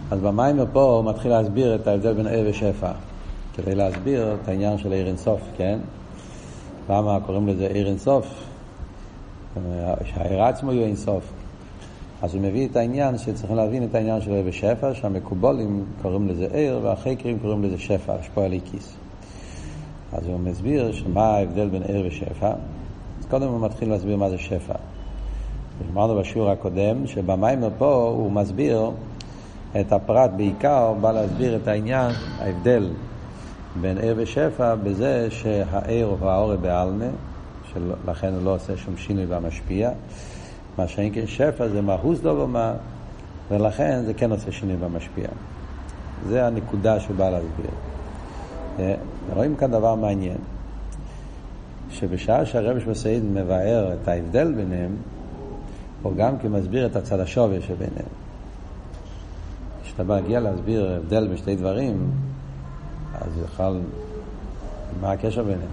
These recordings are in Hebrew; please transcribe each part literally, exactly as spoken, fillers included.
אז במיימר פה הוא מתחיל להסביר את ההבדל בין עיר ושפע, כדי להסביר את העניין של עיר אינסוף, כן? למה קוראים לזה עיר אינסוף? שהעיר עצמו הוא אינסוף. אז הוא מביא את העניין שצריכים להבין את העניין של עיר ושפע, שהמקובלים קוראים לזה עיר והחקרים קוראים לזה שפע, השפוע הליקיס. אז הוא מסביר שמה ההבדל בין עיר ושפע. אז קודם הוא מתחיל להסביר מה זה שפע. אמרנו בשיעור הקודם שבמיימר פה הוא מסביר את הפרט, בעיקר בא להסביר את העניין, ההבדל בין עיר ושפע בזה שהעיר הוא האור בעלמה, שלכן הוא לא עושה שום שינוי במשפיע, מה שאין כן שפע זה מהוס דומה, ולכן זה כן עושה שינוי במשפיע. זה הנקודה שהוא בא להסביר. רואים כאן דבר מעניין, שבשעה שהרב שמסעיד מבאר את ההבדל ביניהם, הוא גם כמסביר את הצד השווה שביניהם. כשאתה בא להגיע להסביר הבדל בשתי דברים, אז בכלל, מה הקשר ביניהם?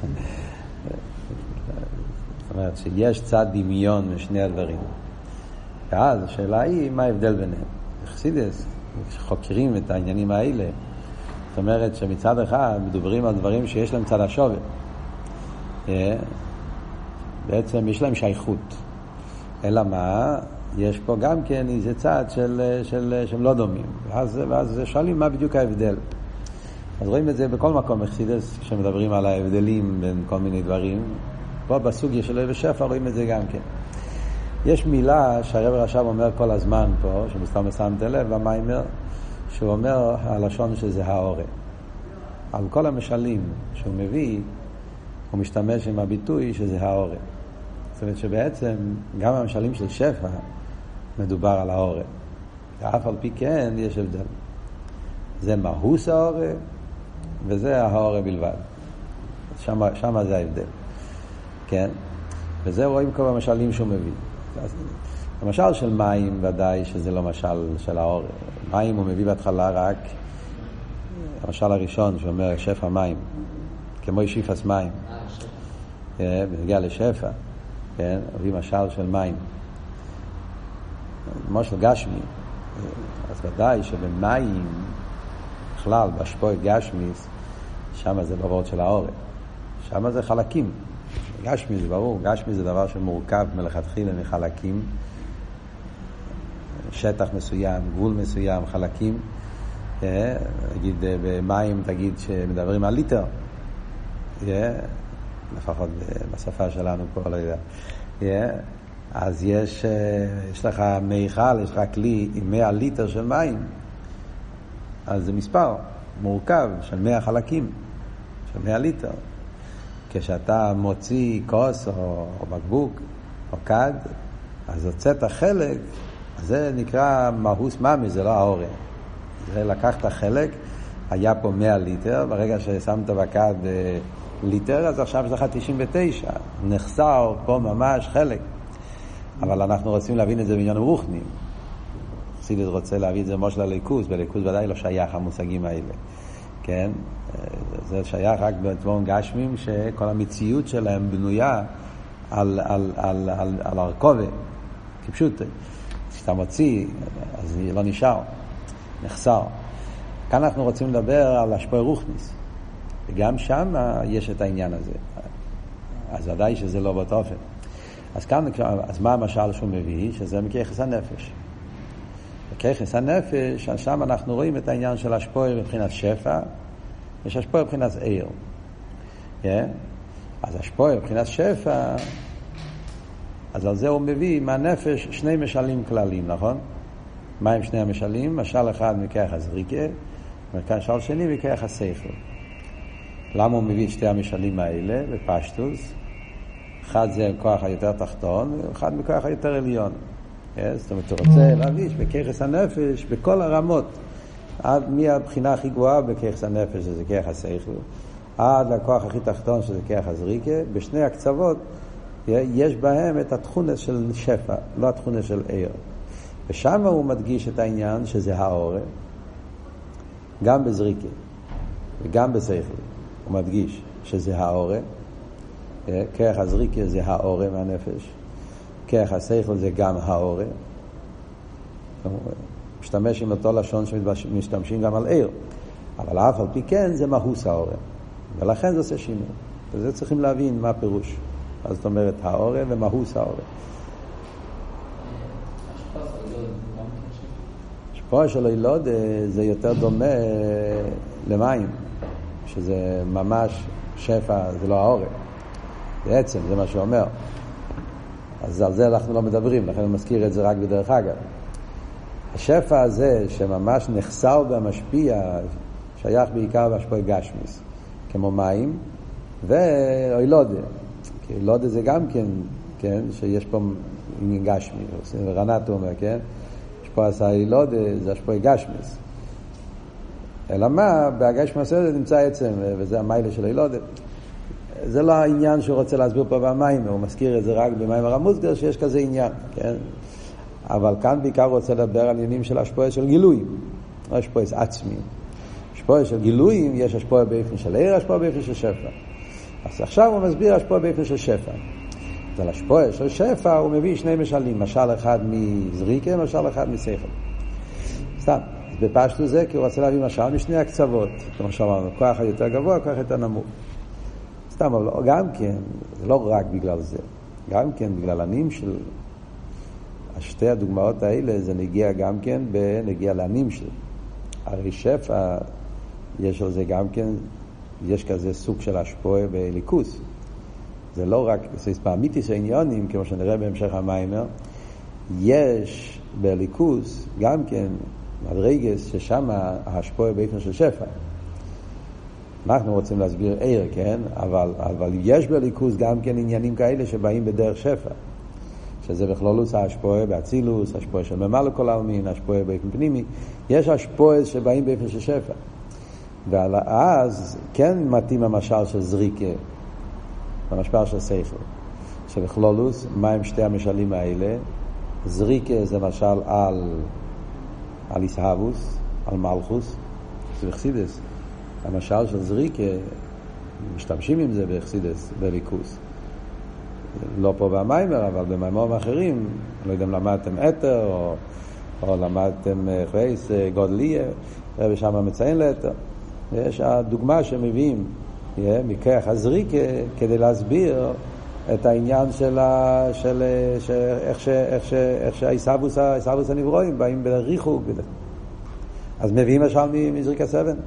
זאת אומרת שיש צד דמיון משני הדברים. ואז השאלה היא, מה ההבדל ביניהם? חסידס, כשחוקרים את העניינים האלה, זאת אומרת שמצד אחד מדוברים על דברים שיש להם צד השווה. בעצם יש להם שייכות. אלא מה? יש פה גם כן איזה צד של, של, שהם לא דומים. ואז, ואז שואלים מה בדיוק ההבדל. אז רואים את זה בכל מקום בחסידות, כשמדברים על ההבדלים בין כל מיני דברים. פה בסוגיה של עיר ושפע רואים את זה גם כן. יש מילה שהרב רש"ב אומר כל הזמן פה, שמסתם שמת לב במיימר, שהוא אומר הלשון שזה האורה. על כל המשלים שהוא מביא, הוא משתמש עם הביטוי שזה האורה. זאת אומרת שבעצם גם המשלים של שפע מדובר על האורה. ואף על פי כן יש הבדל. זה מהוס האורה וזה האורה בלבד. שמה, שמה זה ההבדל. כן? וזה רואים כל המשלים שהוא מביא. המשל של מים ודאי שזה לא משל של האורה. מים הוא מביא בהתחלה רק המשל הראשון שאומר שפע מים. כמו ישיפס מים. בנגיע לשפע. כן? מביא משל של מים. משל גשמי. אז ודאי שבמים בכלל, בשפוי גשמיס, שם זה ברות של האורה. שם זה חלקים. גשמי זה ברור. גשמי זה דבר שמורכב מלכתחילה מחלקים. שטח מסוים, גבול מסוים, חלקים. נגיד במים תגיד שמדברים על ליטר. לפחות בשפה שלנו פה לא יודע. אז יש, יש לך מיכל, יש לך כלי עם מאה ליטר של מים. אז זה מספר מורכב של מאה חלקים, של מאה ליטר. כשאתה מוציא כוס או, או בקבוק או כד, אז הוצאת חלק, זה נקרא מהוס ממי, זה לא האורה. זה לקחת חלק, היה פה מאה ליטר, ברגע ששמת בכד ליטר, אז עכשיו יש לך תשעים ותשע. נחסר פה ממש חלק. אבל אנחנו רוצים להבין את זה בעניין רוחני. חסידות רוצה להביא את זה משל הליכוז, בליכוז ודאי לא שייך המושגים האלה. כן? זה שייך רק בדברים גשמים שכל המציאות שלהם בנויה על, על, על, על, על הרכובה, כפשוט. כשאתה מוציא, אז לא נשאר, נחסר. כאן אנחנו רוצים לדבר על השפוע רוחניס. וגם שם יש את העניין הזה. אז ודאי שזה לא באותו אופן. אז כאן, אז מה המשל שהוא מביא? שזה מכיחס הנפש. מכיחס הנפש, שם אנחנו רואים את העניין של השפוע מבחינת שפע, יש השפוע מבחינת עיר. Yeah? אז השפוע מבחינת שפע, אז על זה הוא מביא מהנפש שני משלים כללים, נכון? מה הם שני המשלים? משל אחד מכיחס ריקה, ומשל שני מכיחס שכל. למה הוא מביא את שתי המשלים האלה בפשטוס? אחד זה כוח היותר תחתון, ואחד מכוח היותר עליון. זאת אומרת, הוא רוצה להביש בכיחס הנפש, בכל הרמות, עד מהבחינה הכי גבוהה בכיחס הנפש, שזה כיחס השכל, עד לכוח הכי תחתון, שזה כיחס ריקה, בשני הקצוות, יש בהם את התכונה של שפע, לא התכונה של עיר. ושם הוא מדגיש את העניין שזה האורה, גם בזריקה, וגם בשכל. הוא מדגיש שזה האורה, כיח הזריקה זה האורה מהנפש, כיח השכל זה גם האורה, משתמש עם אותו לשון שמשתמשים גם על עיר. אבל אף על פי כן זה מהוס האורה. ולכן זה עושה שינוי. וזה צריכים להבין מה הפירוש. אז זאת אומרת, האורה ומהוס האורה. השפעה של הילוד זה יותר דומה למים, שזה ממש שפע, זה לא האורה. זה עצם, זה מה שאומר. אז על זה אנחנו לא מדברים, לכן אני מזכיר את זה רק בדרך אגב. השפע הזה שממש נחסר במשפיע, שייך בעיקר בהשפעה גשמיס, כמו מים ואילודה. כי אילודה זה גם כן, כן, שיש פה עניין גשמי, רנת אומר, כן? השפעה עשה אילודה, זה השפעה גשמיס. אלא מה, בהגשמיס הזה נמצא עצם, וזה המיילה של אילודה. זה לא העניין שהוא רוצה להסביר פה במים, הוא מזכיר את זה רק במים הרמוזגר, שיש כזה עניין, כן? אבל כאן בעיקר רוצה לדבר על עניינים של השפעה של גילויים, לא השפעה עצמי. השפעה של גילויים, יש השפעה באופן של עיר, השפעה באופן של שפע. אז עכשיו הוא מסביר השפעה באופן של שפע. אז על השפעה של שפע הוא מביא שני משלים, משל אחד מזריקה, משל אחד משכל. סתם, אז בפשטו זה כי הוא רוצה להביא משל משני הקצוות, כמו שאמרנו, כוח היותר גבוה, כוח יותר נמוך. סתם, אבל גם כן, זה לא רק בגלל זה, גם כן בגלל ענים של שתי הדוגמאות האלה, זה נגיע גם כן בנגיע לענים של. הרי שפע, יש על זה גם כן, יש כזה סוג של השפעה בליכוס. זה לא רק, זה פעמיתיס העניונים, כמו שנראה בהמשך המיימר, יש בליכוס גם כן מדרגס ששם ההשפעה באופן של שפע. אנחנו רוצים להסביר עיר, כן? אבל, אבל יש בליכוס גם כן עניינים כאלה שבאים בדרך שפע. שזה בכלולוס ההשפועה באצילוס, השפועה של ממלא כל העלמין, השפועה באופן פנימי. יש השפועה שבאים באופן של שפע. ואז כן מתאים המשל של זריקה, המשפר של שכל. שבכלולוס, מה הם שתי המשלים האלה? זריקה זה משל על, על איסהבוס, על מלכוס, זה בחסידס. המשל של זריקה, משתמשים עם זה בחסידס, בליכוס. לא פה במיימר, אבל במיימורים אחרים, לא יודע אם למדתם אתר, או, או למדתם חייס, גודליה, ושם מציין לאתר. יש הדוגמה שמביאים, מכך הזריקה, כדי להסביר את העניין של, ה, של, של איך, ש, איך, ש, איך שהאיסאבוס, האיסאבוס הנברואים, באים בריחוק. אז מביאים משל מזריקה סבן.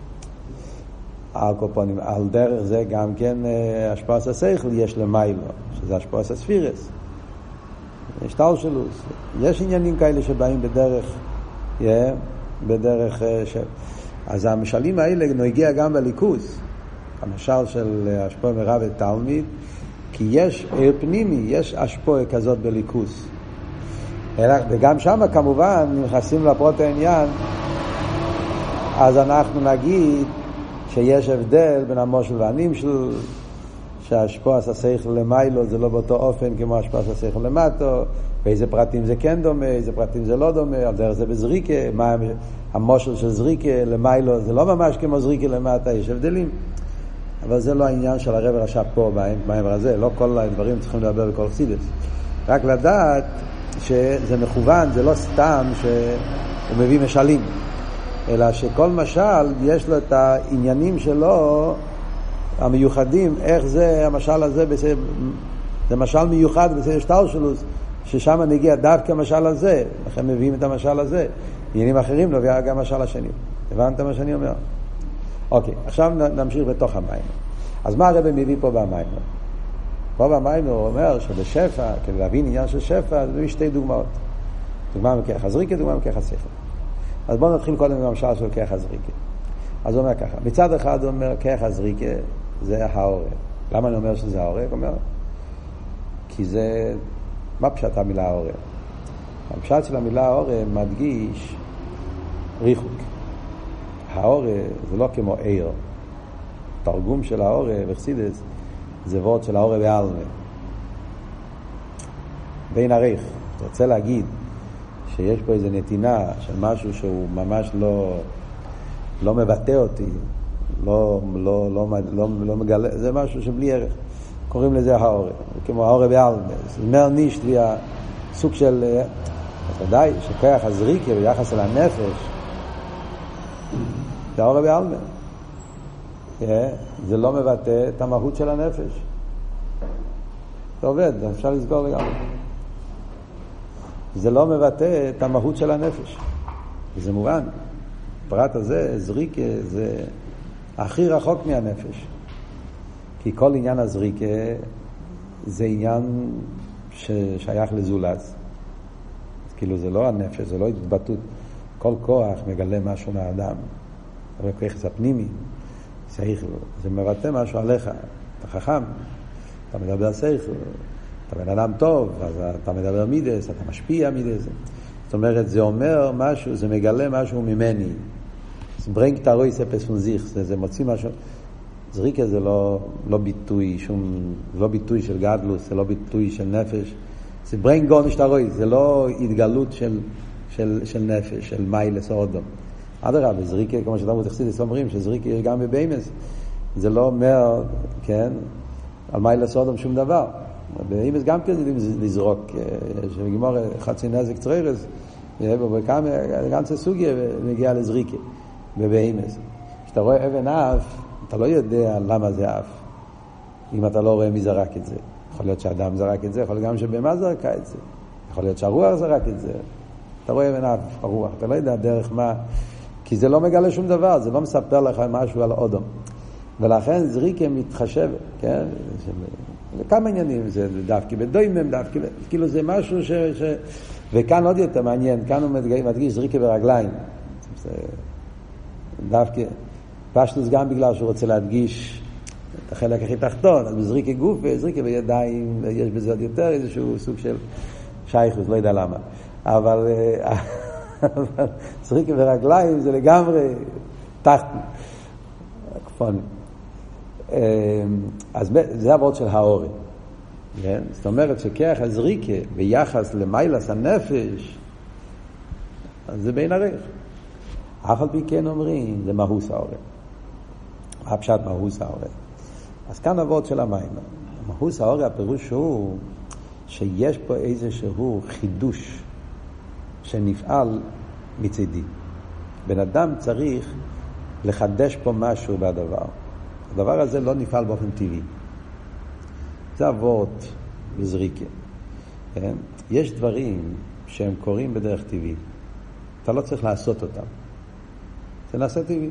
על קופונים, על דרך זה גם כן השפעה של השכל יש למיילו, שזה השפעה של הספירס. יש תלשלוס. יש עניינים כאלה שבאים בדרך, yeah, בדרך ש... אז המשלים האלה נוגיע גם בליכוס. המשל של השפעה מרב ותלמיד, כי יש עיר פנימי, יש השפעה כזאת בליכוס. וגם שם כמובן נכנסים לפרוט העניין, אז אנחנו נגיד שיש הבדל בין המושל והנמשל, שהשפוע השכל למיילו זה לא באותו אופן כמו השפוע השכל למטו, באיזה פרטים זה כן דומה, איזה פרטים זה לא דומה, על דרך זה בזריקה, מה המושל של זריקה למיילו זה לא ממש כמו זריקה למטה, יש הבדלים. אבל זה לא העניין של הרב רש"ב פה במאמר הזה, לא כל הדברים צריכים לדבר בכל חסידות. רק לדעת שזה מכוון, זה לא סתם שהוא מביא משלים. אלא שכל משל יש לו את העניינים שלו המיוחדים, איך זה המשל הזה, בסדר, זה משל מיוחד בסדר שטר שלו, ששם נגיע דווקא המשל הזה, לכן מביאים את המשל הזה, עניינים אחרים נובע גם המשל השני. הבנת מה שאני אומר? אוקיי, עכשיו נמשיך בתוך המים. אז מה הרב מביא פה במים? פה במים הוא אומר שבשפע, כדי להבין עניין של שפע, זה שתי דוגמאות. דוגמה מכך הזריקה, דוגמה מכך השכל. אז בואו נתחיל קודם עם המשל של כח הזריקה. אז הוא אומר ככה, מצד אחד הוא אומר כח הזריקה זה האורה. למה אני אומר שזה האורה? הוא אומר, כי זה, מה פשט המילה האורה? הפשט של המילה האורה מדגיש ריחוק. האורה זה לא כמו עיר. תרגום של האורה בחסידות זה וורד של האורה בעלמא. בין הריח. אתה רוצה להגיד שיש פה איזו נתינה של משהו שהוא ממש לא לא מבטא אותי, לא לא לא לא, לא מגלה, זה משהו שבלי ערך. קוראים לזה האורה, כמו האורה בעלמא. זה אומר נישט, סוג של אז ודאי שכוח הזריקה ביחס אל הנפש זה האור בעלמא. זה לא מבטא את המהות של הנפש. זה עובד, אפשר לסגור לגמרי. זה לא מבטא את המהות של הנפש. וזה מובן. הפרט הזה, זריקה, זה הכי רחוק מהנפש. כי כל עניין הזריקה זה עניין ששייך לזולז. כאילו זה לא הנפש, זה לא התבטאות. כל כוח מגלה משהו מהאדם. זה כוח הפנימי. זה מבטא משהו עליך. אתה חכם, אתה מדבר שכל, אתה בן אדם טוב, אז אתה מדבר מידס, אתה משפיע מידס. זאת אומרת, זה אומר משהו, זה מגלה משהו ממני. זה ברנג תרוי ספס פונזיך, זה, זה מוציא משהו. זריקה זה לא, לא ביטוי, שום, לא ביטוי של גדלוס, זה לא ביטוי של נפש. זה ברנג גון שתרוי, זה לא התגלות של, של, של נפש, של מיילס או אודום. עד הרב, זריקה, כמו שאתה מתחסידס אומרים, שזריקה יש גם בביימס. זה לא אומר, כן, על מיילס או אודום שום דבר. בביימס גם כן יודעים לזרוק, שבגמור חצי נזק צררס, ובכמה, גם זה סוגיה מגיע לזריקה, בביימס. כשאתה רואה אבן אף, אתה לא יודע למה זה אף, אם אתה לא רואה מי זרק את זה. יכול להיות שאדם זרק את זה, יכול להיות גם שבמה זרקה את זה. יכול להיות שהרוח זרק את זה. אתה רואה אבן אף, הרוח, אתה לא יודע דרך מה, כי זה לא מגלה שום דבר, זה לא מספר לך משהו על אודום. ולכן זריקה מתחשבת, כן? כמה עניינים, זה דווקא בדוימם, דווקא, כאילו זה משהו ש... ש... וכאן עוד יותר מעניין, כאן הוא מדגיש זריקה ברגליים. זה דווקא, פשטוס גם בגלל שהוא רוצה להדגיש את החלק הכי תחתון, אז בזריקה גוף וזריקה בידיים, יש בזה עוד יותר איזשהו סוג של שייכות, לא יודע למה. אבל, אבל זריקה ברגליים זה לגמרי תחתון. כפון. אז זה העבוד של האורי. כן? זאת אומרת שכח הזריקה ביחס למיילס הנפש, אז זה בין ערך. אף על פי כן אומרים, זה מהוס האורי. הפשט מהוס האורי. אז כאן העבוד של המים. מהוס האורי, הפירוש הוא שיש פה איזשהו חידוש שנפעל מצדי. בן אדם צריך לחדש פה משהו בדבר. הדבר הזה לא נפעל באופן טבעי. זה אבות בזריקה. כן? יש דברים שהם קורים בדרך טבעית. אתה לא צריך לעשות אותם. זה נעשה טבעי.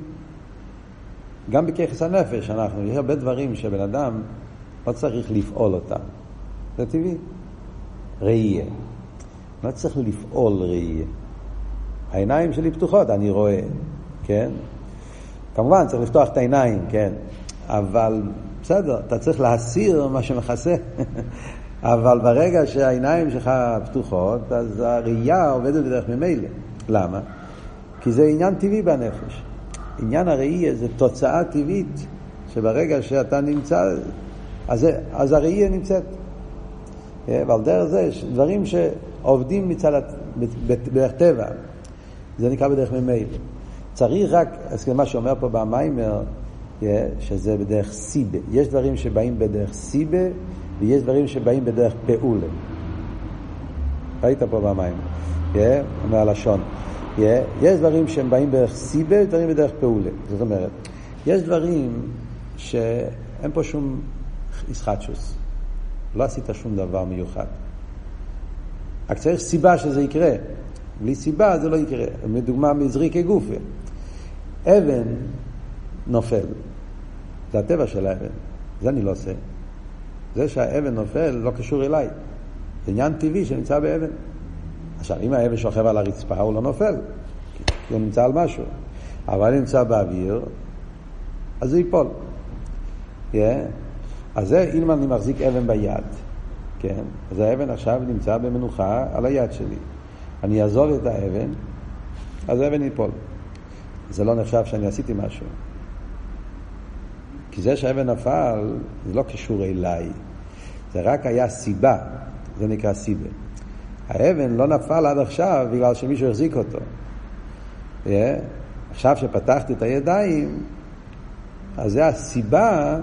גם בכיחס הנפש אנחנו, יש הרבה דברים שבן אדם לא צריך לפעול אותם. זה טבעי. ראייה. לא צריך לפעול ראייה. העיניים שלי פתוחות, אני רואה. כן? כמובן צריך לפתוח את העיניים, כן? אבל בסדר, אתה צריך להסיר מה שמחסה. אבל ברגע שהעיניים שלך פתוחות, אז הראייה עובדת בדרך ממילא. למה? כי זה עניין טבעי בנפש. עניין הראייה זה תוצאה טבעית, שברגע שאתה נמצא, אז, אז הראייה נמצאת. אבל דרך זה, דברים שעובדים מצד, בדרך טבע, זה נקרא בדרך ממילא. צריך רק, אז מה שאומר פה במיימר, שזה בדרך סיבה. יש דברים שבאים בדרך סיבה, ויש דברים שבאים בדרך פעולה. ראית פה במיימר, אומר הלשון. יש דברים שהם באים בדרך סיבה, ויש דברים בדרך פעולה. זאת אומרת, יש דברים שאין פה שום ישחטשוס. לא עשית שום דבר מיוחד. רק צריך סיבה שזה יקרה. בלי סיבה זה לא יקרה. מדוגמה מזריקה גופה. אבן נופל. זה הטבע של האבן. זה אני לא עושה. זה שהאבן נופל לא קשור אליי. זה עניין טבעי שנמצא באבן. עכשיו, אם האבן שוכב על הרצפה, הוא לא נופל. כי הוא נמצא על משהו. אבל הוא נמצא באוויר, אז הוא ייפול. Yeah. אז זה, אם אני מחזיק אבן ביד, כן? אז האבן עכשיו נמצא במנוחה על היד שלי. אני אעזוב את האבן, אז האבן ייפול. זה לא נחשב שאני עשיתי משהו. כי זה שהאבן נפל, זה לא קשור אליי. זה רק היה סיבה. זה נקרא סיבה. האבן לא נפל עד עכשיו בגלל שמישהו החזיק אותו. Yeah. עכשיו שפתחתי את הידיים, אז זה הסיבה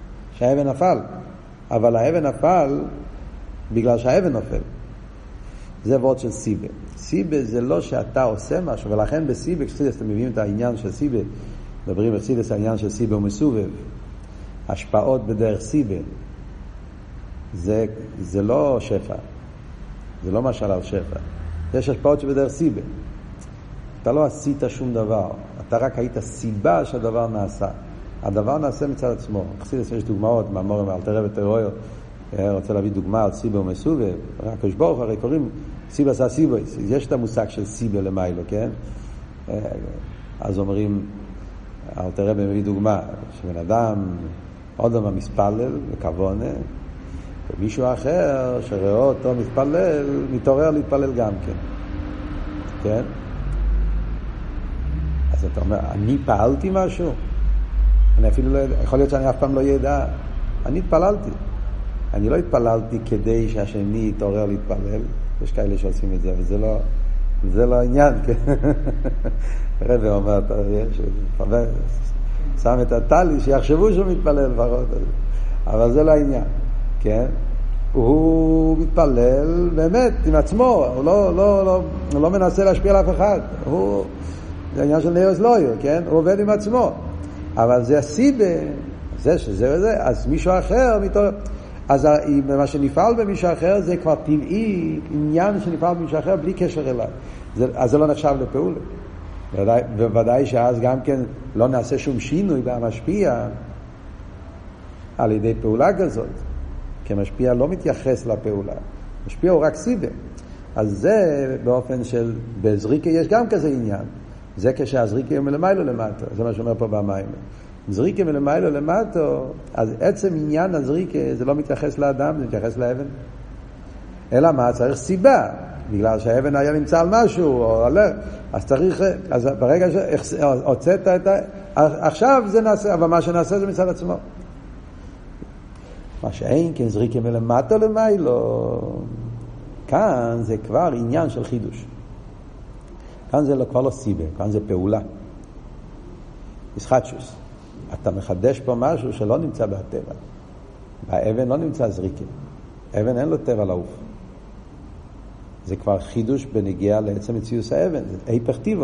שהאבן נפל. אבל האבן נפל בגלל שהאבן נופל. זה וורד של סיבה. סיבה זה לא שאתה עושה משהו, ולכן בסיבה, כשחסידס אתם מביאים את העניין של סיבה, מדברים בחסידס העניין של סיבה ומסובב, השפעות בדרך סיבה, זה, זה לא שפע, זה לא משל על שפע. יש השפעות שבדרך סיבה. אתה לא עשית שום דבר, אתה רק היית סיבה שהדבר נעשה. הדבר נעשה מצד עצמו. בחסידס יש דוגמאות, מאמורים על תראה ותרויה, רוצה להביא דוגמה על סיבה ומסובב, רק כשבור, הרי קוראים סיבה עשה סיבה, יש את המושג של סיבה למיילו, כן? אז אומרים, אל תראה מביא דוגמה, שבן אדם עוד לא מתפלל וכוונה, ומישהו אחר שראה אותו מתפלל, מתעורר להתפלל גם כן. כן? אז אתה אומר, אני פעלתי משהו? אני אפילו לא יודע, יכול להיות שאני אף פעם לא ידע. אני התפללתי. אני לא התפללתי כדי שהשני יתעורר להתפלל. יש כאלה שעושים את זה, אבל זה לא, זה לא העניין. רבי אומר, אתה יודע, שם את הטלי, שיחשבו שהוא מתפלל ורוד. אבל זה לא העניין. כן? הוא מתפלל באמת עם עצמו, הוא לא, לא, לא, הוא לא מנסה להשפיע על אף אחד. הוא, זה העניין של נאוס לויר, כן? הוא עובד עם עצמו. אבל זה הסיבה, זה שזה וזה, אז מישהו אחר מתעורר. אז מה שנפעל במישהו אחר זה כבר טבעי, עניין שנפעל במישהו אחר בלי קשר אליי. זה, אז זה לא נחשב לפעולה. ובוודאי, ובוודאי שאז גם כן לא נעשה שום שינוי במשפיע על ידי פעולה כזאת. כי המשפיע לא מתייחס לפעולה. משפיע הוא רק סיבה. אז זה באופן של, בזריקה יש גם כזה עניין. זה כשהזריקה הוא מלמיילו למטה. זה מה שאומר פה במים. זריקה מלמיילו למטה, אז עצם עניין הזריקה זה לא מתייחס לאדם, זה מתייחס לאבן. אלא מה? צריך סיבה. בגלל שהאבן היה נמצא על משהו, או עלה. אז צריך, אז ברגע שהוצאת את ה... עכשיו זה נעשה, אבל מה שנעשה זה מצד עצמו. מה שאין כן זריקה מלמטה למיילו, כאן זה כבר עניין של חידוש. כאן זה לא, כבר לא סיבה, כאן זה פעולה. ישחטשוס. אתה מחדש פה משהו שלא נמצא בטבע. באבן לא נמצא זריקה. אבן אין לו טבע לעוף. זה כבר חידוש בנגיעה לעצם מציאוס האבן. זה היפך טבעי.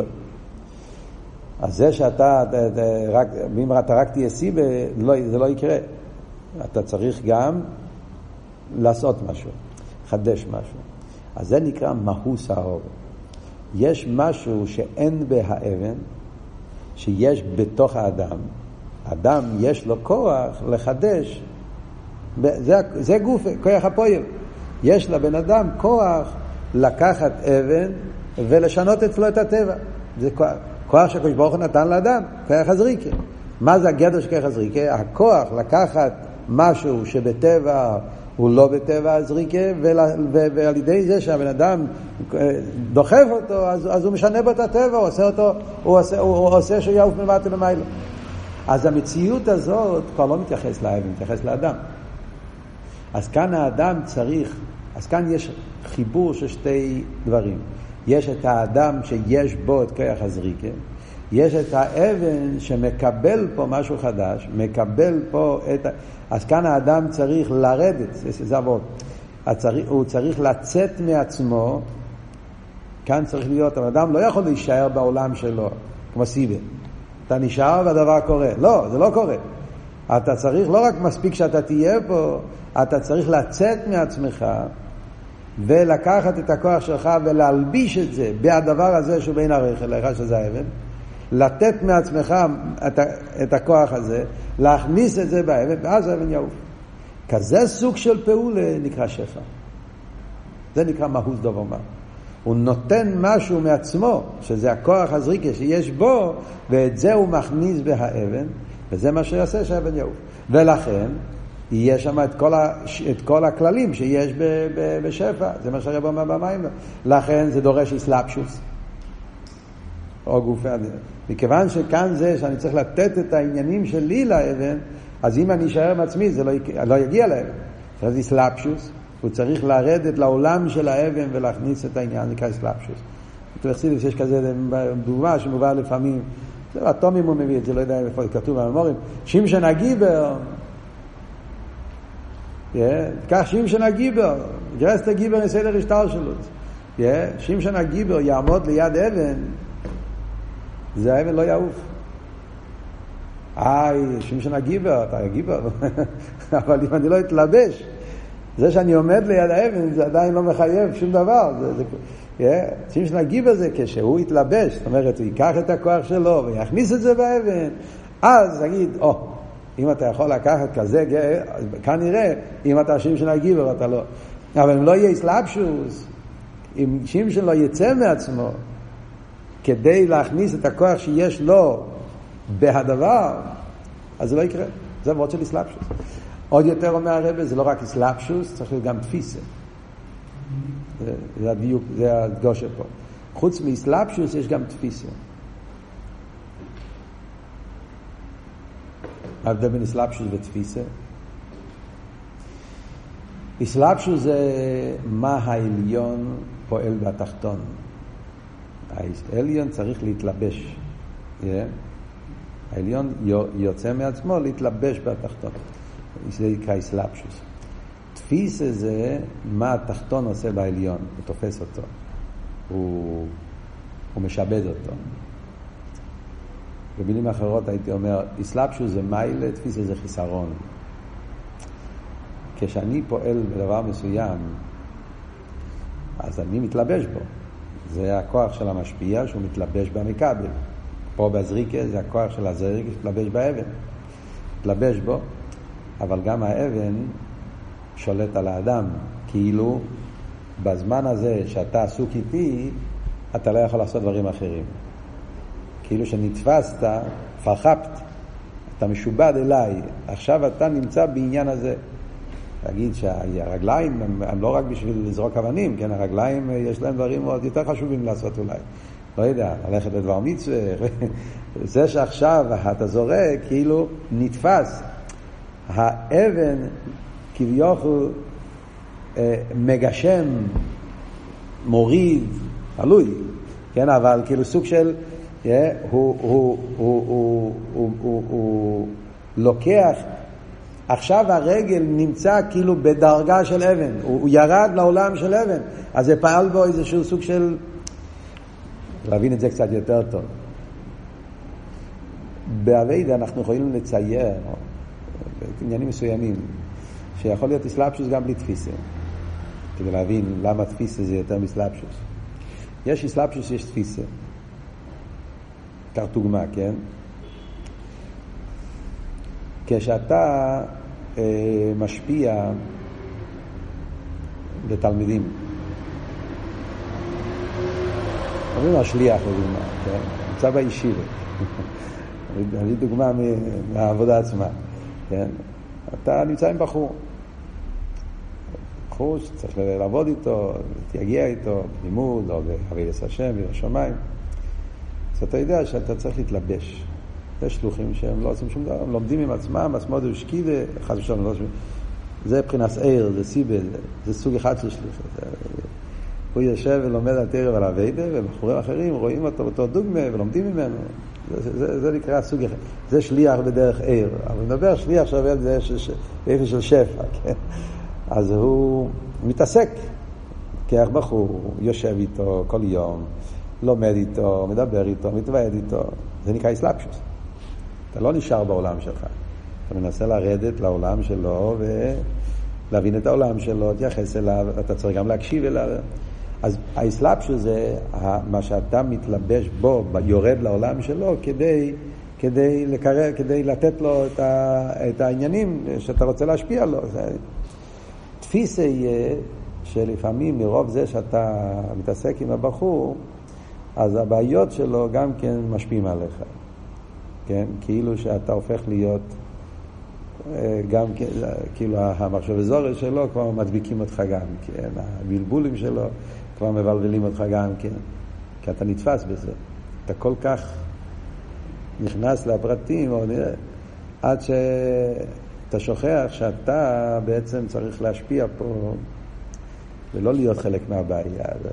אז זה שאתה רק, אם אתה רק תהיה סיבה, לא, זה לא יקרה. אתה צריך גם לעשות משהו. חדש משהו. אז זה נקרא מהוס האור. יש משהו שאין באבן, שיש בתוך האדם. אדם יש לו כוח לחדש. זה, זה גוף, כוח הפועל. יש לבן אדם כוח לקחת אבן ולשנות אצלו את הטבע. זה כוח, כוח שהקדוש ברוך הוא נתן לאדם, כוח הזריקה. מה זה הגדר של כוח הזריקה? הכוח לקחת משהו שבטבע הוא לא בטבע הזריקה, ועל ידי זה שהבן אדם דוחף אותו, אז, אז הוא משנה בו את הטבע, הוא עושה אותו, הוא עושה, הוא, הוא עושה שהוא יעוף ממטה למעלה. אז המציאות הזאת כבר לא מתייחס לאבן, מתייחס לאדם. אז כאן האדם צריך, אז כאן יש חיבור של שתי דברים. יש את האדם שיש בו את כוח הזריקה, יש את האבן שמקבל פה משהו חדש, מקבל פה את... אז כאן האדם צריך לרדת, זה, זה עבוד. הוא צריך לצאת מעצמו, כאן צריך להיות, האדם לא יכול להישאר בעולם שלו, כמו סיבה. אתה נשאר והדבר קורה. לא, זה לא קורה. אתה צריך, לא רק מספיק שאתה תהיה פה, אתה צריך לצאת מעצמך, ולקחת את הכוח שלך ולהלביש את זה בהדבר הזה שהוא בין הרחל, לאחד שזה האבן, לתת מעצמך את, את הכוח הזה, להכניס את זה באבן, ואז האבן יעוף. כזה סוג של פעולה נקרא שפע. זה נקרא מהות דבר מה. הוא נותן משהו מעצמו, שזה הכוח הזריקה שיש בו, ואת זה הוא מכניס בהאבן, וזה מה שיעשה שהאבן יעוף. ולכן, יהיה שם את כל, ה, את כל הכללים שיש ב, ב, בשפע. זה מה שהרב אומר במים. לכן זה דורש אסלאפשוס. או גופי הדרך. מכיוון שכאן זה שאני צריך לתת את העניינים שלי לאבן, אז אם אני אשאר עם עצמי, זה לא, לא יגיע לאבן. זה אסלאפשוס. הוא צריך לרדת לעולם של האבן ולהכניס את העניין, נקרא אסלאפשוס. אתה חסידות שיש כזה דוגמה שמובא לפעמים, זה אטומים הוא מביא את זה, לא יודע איפה זה כתוב בממורים, שמשון הגיבר, כך שמשון הגיבר, גרסת הגיבר לסדר השטר שלו. שמשון הגיבור יעמוד ליד אבן, זה האבן לא יעוף. איי, שמשון הגיבור, אתה הגיבור. אבל אם אני לא אתלבש, זה שאני עומד ליד האבן, זה עדיין לא מחייב שום דבר. זה, זה, שמשון הגיבור זה כשהוא יתלבש, זאת אומרת, הוא ייקח את הכוח שלו ויכניס את זה באבן, אז תגיד, או, אם אתה יכול לקחת כזה, כנראה, אם אתה שמשון הגיבור, אתה לא. אבל אם לא יהיה אסלאפשוס, אם שמשון לא יצא מעצמו, כדי להכניס את הכוח שיש לו בהדבר, אז זה לא יקרה. זה מאוד של אסלאפשוס. עוד יותר אומר הרב, זה לא רק אסלאפשוס, צריך להיות גם תפיסה. זה, זה הדיוק, זה הדגושה פה. חוץ מאסלאפשוס יש גם תפיסה. ההבדל בין אסלאפשוס ותפיסה. אסלאפשוס זה מה העליון פועל בתחתון. העליון צריך להתלבש. Yeah. העליון יוצא מעצמו להתלבש בתחתון. זה נקרא אסלאפשוס. תפיסה זה מה התחתון עושה בעליון. הוא תופס אותו. הוא, הוא משבד אותו. במילים אחרות הייתי אומר, אסלאפשוס זה מיילה, תפיסה זה חיסרון. כשאני פועל בדבר מסוים, אז אני מתלבש בו. זה הכוח של המשפיע שהוא מתלבש במקבל. פה בזריקה זה הכוח של הזריק שמתלבש באבן. מתלבש בו, אבל גם האבן שולט על האדם. כאילו בזמן הזה שאתה עסוק איתי, אתה לא יכול לעשות דברים אחרים. כאילו שנתפסת, פרחפת, אתה משובד אליי. עכשיו אתה נמצא בעניין הזה. להגיד שהרגליים הם, הם לא רק בשביל לזרוק אבנים, כן? הרגליים יש להם דברים מאוד יותר חשובים לעשות אולי. לא יודע, ללכת לדבר מצווה. זה שעכשיו אתה זורק, כאילו נתפס. האבן כביכול אה, מגשם, מוריד, תלוי, כן? אבל כאילו סוג של, yeah, הוא, הוא, הוא, הוא, הוא, הוא, הוא לוקח, עכשיו הרגל נמצא כאילו בדרגה של אבן, הוא, הוא ירד לעולם של אבן, אז זה פעל בו איזשהו סוג של, להבין את זה קצת יותר טוב. בעבודה אנחנו יכולים לצייר עניינים מסוימים, שיכול להיות אסלאפשוס גם בלי תפיסה, כדי להבין למה תפיסה זה יותר מסלאפשוס. יש אסלאפשוס, יש תפיסה. כך דוגמה, כן? כשאתה אה, משפיע בתלמידים, אומרים השליח לדוגמה, כן? נמצא בישיבה. אני דוגמה מהעבודה עצמה, כן? אתה נמצא עם בחור. בחור שצריך לעבוד איתו, תגיע איתו, לימוד, או בעבודת השם, בשמיים. אז אתה יודע שאתה צריך להתלבש. יש שלוחים שהם לא עושים שום דבר, הם לומדים עם עצמם, עצמות ושקידה, חס ושלום, לא עושים. זה מבחינת עיר, זה סיבל, זה סוג אחד של שליח. הוא יושב ולומד על תרא ועל עבודה, ובחורים אחרים רואים אותו אותו דוגמה ולומדים ממנו. זה, זה, זה נקרא סוג אחד. זה שליח בדרך עיר. אבל מדבר שליח שעובד באיפה של שפע, כן? אז הוא מתעסק. כך בחור, יושב איתו כל יום, לומד איתו, מדבר איתו, מתוועד איתו. זה נקרא אסלאפשוס. אתה לא נשאר בעולם שלך. אתה מנסה לרדת לעולם שלו ולהבין את העולם שלו, תייחס אליו, אתה צריך גם להקשיב אליו. אז האסלאפשוס זה מה שאתה מתלבש בו, יורד לעולם שלו, כדי, כדי, לקרר, כדי לתת לו את, ה, את העניינים שאתה רוצה להשפיע לו. תפיסה יהיה שלפעמים מרוב זה שאתה מתעסק עם הבחור, אז הבעיות שלו גם כן משפיעים עליך. כן? כאילו שאתה הופך להיות, גם כאילו המחשב הזורש שלו כבר מדביקים אותך גם, כן? הבלבולים שלו כבר מבלבלים אותך גם, כן? כי אתה נתפס בזה. אתה כל כך נכנס לפרטים, או נראה, עד שאתה שוכח שאתה בעצם צריך להשפיע פה, ולא להיות חלק מהבעיה.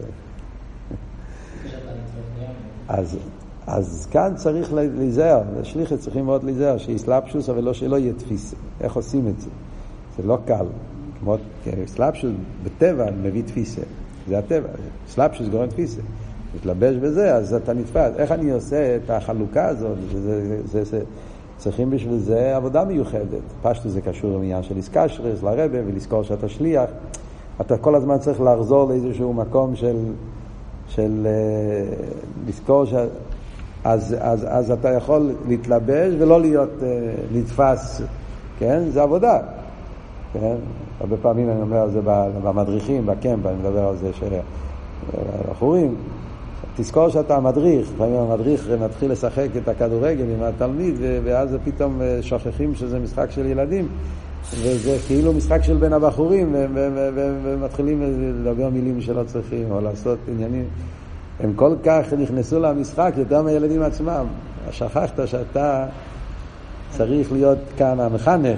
אז, אז כאן צריך להיזהר, לשליחת צריכים מאוד להיזהר, שאסלאפשוס, אבל לא שלא יהיה תפיסה. איך עושים את זה? זה לא קל. כמו אסלאפשוס בטבע מביא תפיסה. זה הטבע, סלאפשוס גורם תפיסה. מתלבש בזה, אז אתה נתפס. איך אני עושה את החלוקה הזאת? זה, זה, זה, זה, צריכים בשביל זה עבודה מיוחדת. פשטו זה קשור לעניין של איסקשרס, לרבא, ולזכור שאתה שליח. אתה כל הזמן צריך לחזור לאיזשהו מקום של, של uh, לזכור ש... אז, אז, אז אתה יכול להתלבש ולא להיות uh, נתפס, כן? זה עבודה. כן? הרבה פעמים אני אומר על זה במדריכים, בקמפ, אני מדבר על זה של בחורים. תזכור שאתה מדריך, לפעמים המדריך מתחיל לשחק את הכדורגל עם התלמיד, ואז פתאום שוכחים שזה משחק של ילדים, וזה כאילו משחק של בין הבחורים, ומתחילים לדבר מילים שלא צריכים, או לעשות עניינים. הם כל כך נכנסו למשחק יותר מהילדים עצמם. שכחת שאתה צריך להיות כאן המחנך.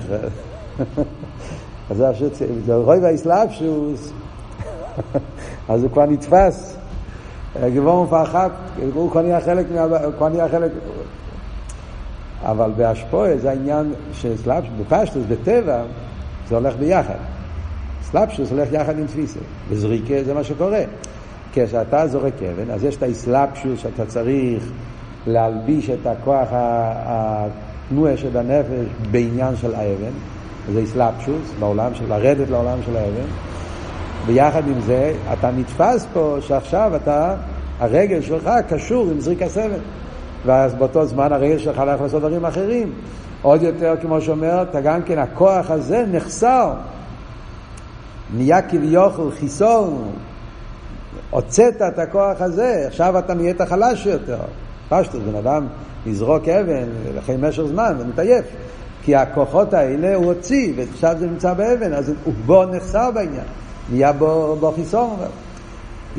אז זה רוי והאסלאפשוס, אז הוא כבר נתפס. גבור מפחד, הוא כבר נהיה חלק, כבר נהיה חלק. אבל בהשפועה זה העניין שסלאפשוס, בפשטוס, בטבע, זה הולך ביחד. סלאפשוס הולך יחד עם תפיסה. בזריקה זה מה שקורה. כשאתה זורק אבן, אז יש את האסלאפשוס שאתה צריך להלביש את הכוח התנועה של הנפש בעניין של האבן. זה אסלאפשוס, בעולם של לרדת לעולם של האבן. ביחד עם זה, אתה נתפס פה שעכשיו אתה, הרגל שלך קשור עם זריק הסבל. ואז באותו זמן הרגל שלך הולך לעשות דברים אחרים. עוד יותר, כמו שאומר, אתה גם כן, הכוח הזה נחסר. נהיה כביכול חיסון. הוצאת את הכוח הזה, עכשיו אתה נהיית חלש יותר. פשטות, בן אדם יזרוק אבן אחרי משך זמן ומתעייף. כי הכוחות האלה הוא הוציא, ועכשיו זה נמצא באבן, אז הוא בו נחסר בעניין. נהיה בו, בו חיסון. Yeah.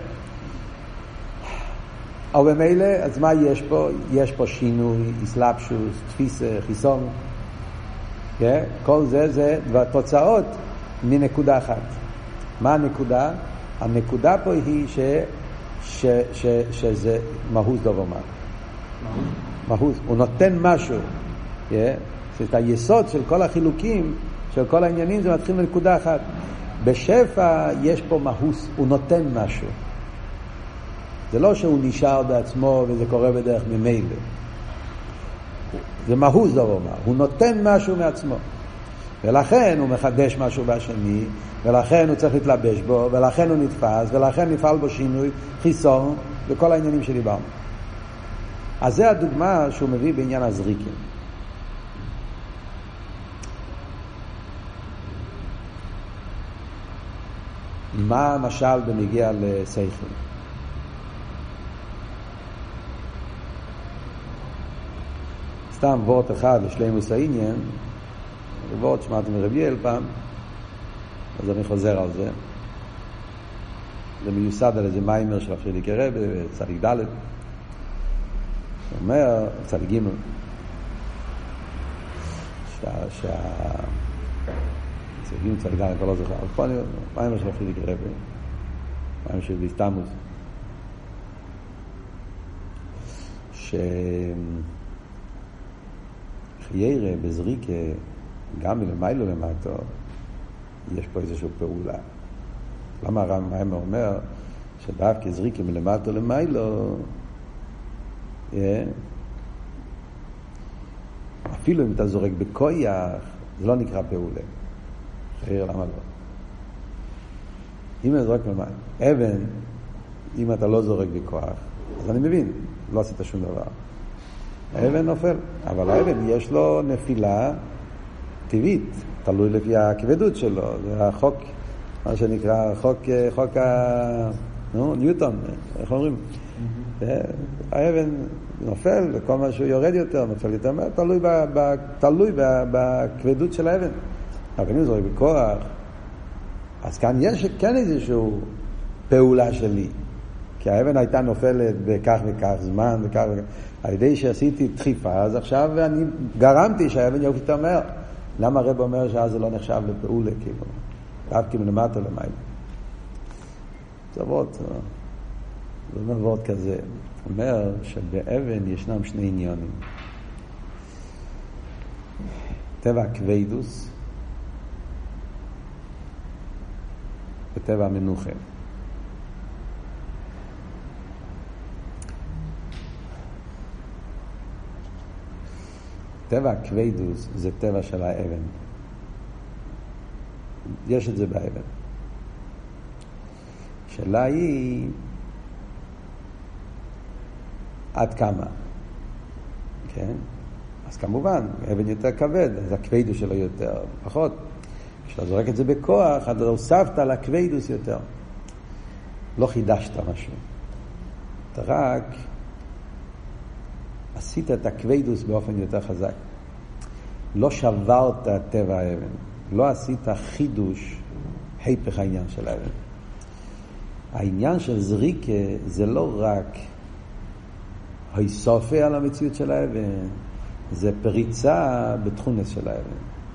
אבל במילא, אז מה יש פה? יש פה שינוי, אסלאפשוס, תפיסה, חיסון. Yeah. כל זה זה תוצאות מנקודה אחת. מה הנקודה? הנקודה פה היא ש, ש, ש, שזה מהות דבר מה. מהות. הוא נותן משהו. Yeah. את היסוד של כל החילוקים, של כל העניינים, זה מתחיל מנקודה אחת. בשפע יש פה מהוס, הוא נותן משהו. זה לא שהוא נשאר בעצמו וזה קורה בדרך ממילא. זה מהוס דבר מה. הוא נותן משהו מעצמו. ולכן הוא מחדש משהו בשני, ולכן הוא צריך להתלבש בו, ולכן הוא נתפס, ולכן נפעל בו שינוי, חיסון, וכל העניינים שדיברנו. אז זה הדוגמה שהוא מביא בעניין הזריקים. מה המשל בנגיע לשכל? סתם וורט אחד לשלימוס העניין, וורט שמעתם מרביאל פעם, אז אני חוזר על זה. זה מיוסד על איזה מיימר של הפרידיק הרב, צדיק ד', שאומר, צדיק ג', שה... שה... צדיקים צדיק ד', אני כבר לא זוכר, אבל פה אני... מיימר של הפרידיק הרב, מיימר של דיסטמוס, ש... חיירה בזריקה, גם מלמיילו למטו, יש פה איזושהי פעולה. למה הרב מיימר אומר שדווקא זריקה מלמטו למיילו, yeah, אפילו אם אתה זורק בכויח, זה לא נקרא פעולה. חיירה, למה לא? אם אתה זורק מלמטו, אבן, אם אתה לא זורק בכוח, אז אני מבין, לא עשית שום דבר. האבן נופל, אבל האבן יש לו נפילה טבעית, תלוי לפי הכבדות שלו, זה החוק, מה שנקרא חוק, חוק ה... נו, ניוטון, איך אומרים? האבן נופל, וכל מה שהוא יורד יותר, נופל יותר, תלוי, ב, ב, תלוי ב, בכבדות של האבן. אבל אם זה רואה בכוח, אז כאן יש כן איזשהו פעולה שלי, כי האבן הייתה נופלת בכך וכך זמן, וכך וכך, על ידי שעשיתי דחיפה, אז עכשיו אני גרמתי שהאבן יוקי תאמר. למה הרב אומר שאז זה לא נחשב לפעולה, כאילו? דווקא מלמטה למעלה. זה עבוד, זה אומר עבוד כזה. אומר שבאבן ישנם שני עניונים. טבע הכבדוס וטבע המנוחה. טבע הכבדוס זה טבע של האבן. יש את זה באבן. השאלה היא עד כמה, כן? אז כמובן, אבן יותר כבד, אז הכבדוס שלו יותר פחות. כשאתה זורק את זה בכוח, אתה הוספת על הכבדוס יותר. לא חידשת משהו. אתה רק עשית את הכבדוס באופן יותר חזק. לא שברת טבע האבן. לא עשית חידוש, היפך העניין של האבן. העניין של זריקה זה לא רק היסופה על המציאות של האבן, זה פריצה בתכונס של האבן.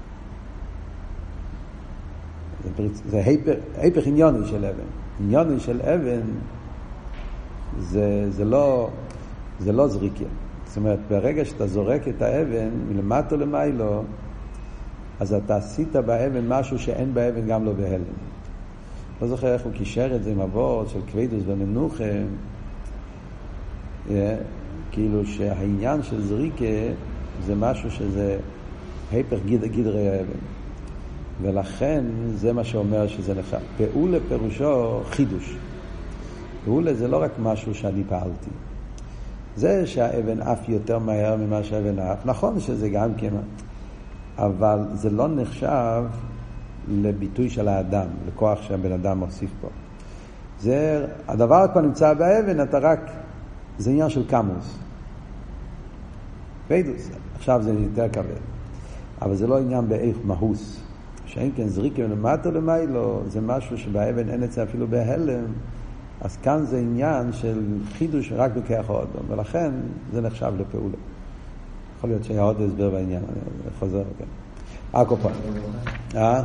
זה, פריצ... זה היפך, היפך עניוני של אבן. עניוני של אבן זה, זה, לא, זה לא זריקה. זאת אומרת, ברגע שאתה זורק את האבן מלמטה למיילו, אז אתה עשית באבן משהו שאין באבן גם לא בהלם. לא זוכר איך הוא קישר את זה עם אבות של כבדוס ומנוחם, yeah, כאילו שהעניין של זריקה זה משהו שזה היפך גדרי האבן. ולכן זה מה שאומר שזה נחשב. פעולה פירושו חידוש. פעולה זה לא רק משהו שאני פעלתי. זה שהאבן אף יותר מהר ממה שהאבן אף. נכון שזה גם כן, אבל זה לא נחשב לביטוי של האדם, לכוח שהבן אדם מוסיף פה. זה, הדבר כבר נמצא באבן, אתה רק, זה עניין של קמוס. פיידוס, עכשיו זה יותר כבד. אבל זה לא עניין באיך מהוס. שאין כן זריקה ולמטה למיילו, זה משהו שבאבן אין את זה אפילו בהלם, אז כאן זה עניין של חידוש רק בכוח האדם, ולכן זה נחשב לפעולה. יכול להיות שהיה עוד הסבר בעניין, אני חוזר, כן. הקופה. אה?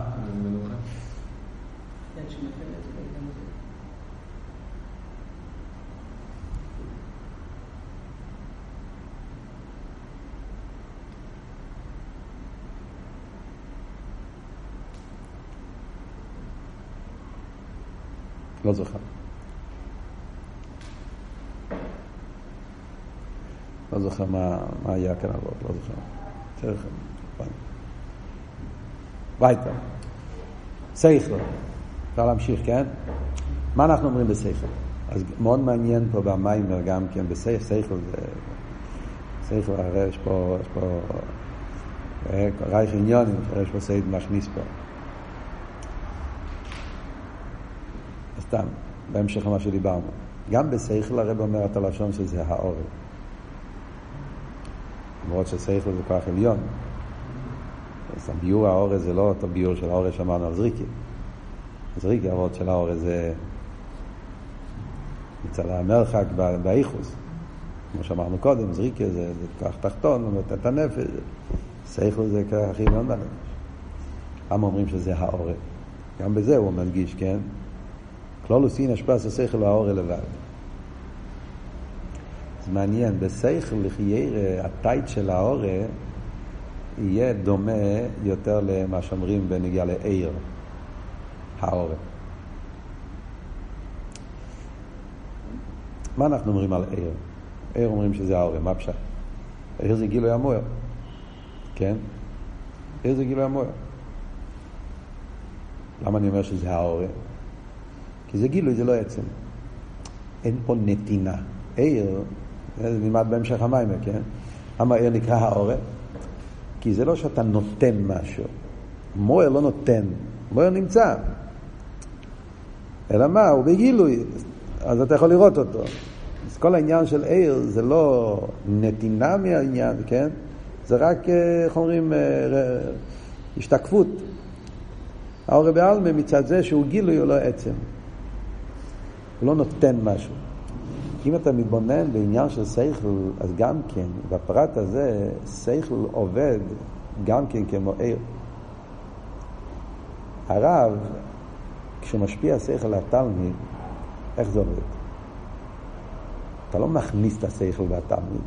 לא זוכר. לא זוכר מה, מה היה כאן עבוד, לא זוכר. צריך, ביתה. סייכל. אפשר להמשיך, כן? מה אנחנו אומרים בסייכל? אז מאוד מעניין פה במיימר גם כן בסייכל. סייכל זה... סייכל, הרי יש פה... יש פה... רייך עניונים, יש פה סייד מכניס פה. סתם, בהמשך למה שדיברנו. גם בסייכל הרב אומר את הלשון שזה האור. למרות שסייכל זה כוח עליון. אז הביור האור זה לא אותו ביור של האור שאמרנו על זריקי. זריקי הרות של האור זה מצד המרחק באיחוס. כמו שאמרנו קודם, זריקי זה, זה כוח תחתון, נותן את הנפש. סייכל זה כוח עליון בנפש. למה אומרים שזה האור? גם בזה הוא מנגיש, כן? כלולוס אין השפס השכל האור לבד. זה מעניין, בשכל לחיירה, הטייט של האור יהיה דומה יותר למה שאומרים בנגיע לעיר, האור. מה אנחנו אומרים על עיר? עיר אומרים שזה האור, מה פשט? עיר זה גילוי המוער, כן? עיר זה גילוי המוער. למה אני אומר שזה האור? כי זה גילוי, זה לא עצם. אין פה נתינה. עיר, זה נלמד בהמשך המים, כן? למה עיר נקרא האור? כי זה לא שאתה נותן משהו. מוער לא נותן. מוער נמצא. אלא מה? הוא בגילוי. אז אתה יכול לראות אותו. אז כל העניין של עיר זה לא נתינה מהעניין, כן? זה רק, איך אומרים, השתקפות. האור בעלמא מצד זה שהוא גילוי הוא לא עצם. הוא לא נותן משהו. אם אתה מתבונן בעניין של שכל, אז גם כן, בפרט הזה, שכל עובד גם כן כמו עיר. הרב, כשמשפיע שכל לתלמיד, איך זה עובד? אתה לא מכניס את השכל בתלמיד.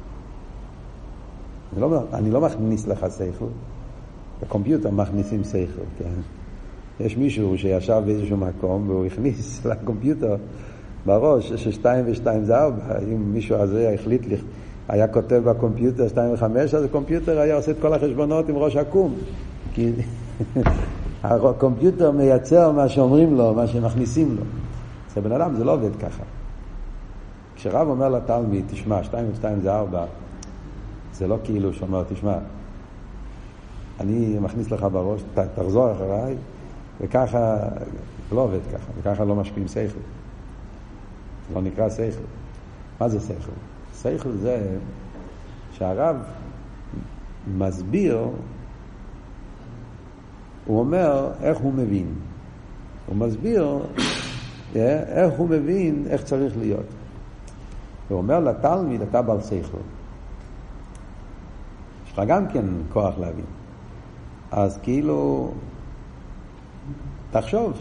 אני לא, אני לא מכניס לך שכל. בקומפיוטר מכניסים שכל, כן? יש מישהו שישב באיזשהו מקום והוא הכניס לקומפיוטר בראש ששתיים ושתיים זה ארבע. אם מישהו הזה החליט היה כותב בקומפיוטר שתיים וחמש, אז הקומפיוטר היה עושה את כל החשבונות עם ראש עקום. כי הקומפיוטר מייצר מה שאומרים לו, מה שמכניסים לו. זה בן אדם, זה לא עובד ככה. כשרב אומר לתלמיד, תשמע, שתיים ושתיים זה ארבע, זה לא כאילו שאומר, תשמע, אני מכניס לך בראש, ת, תחזור אחריי, וככה, זה לא עובד ככה, וככה לא משפיעים שכל. זה לא נקרא שכל. מה זה שכל? שכל זה שהרב מסביר, הוא אומר איך הוא מבין. הוא מסביר איך הוא מבין, איך צריך להיות. הוא אומר לתלמיד, אתה בעל שכל. יש לך גם כן כוח להבין. אז כאילו, תחשוב.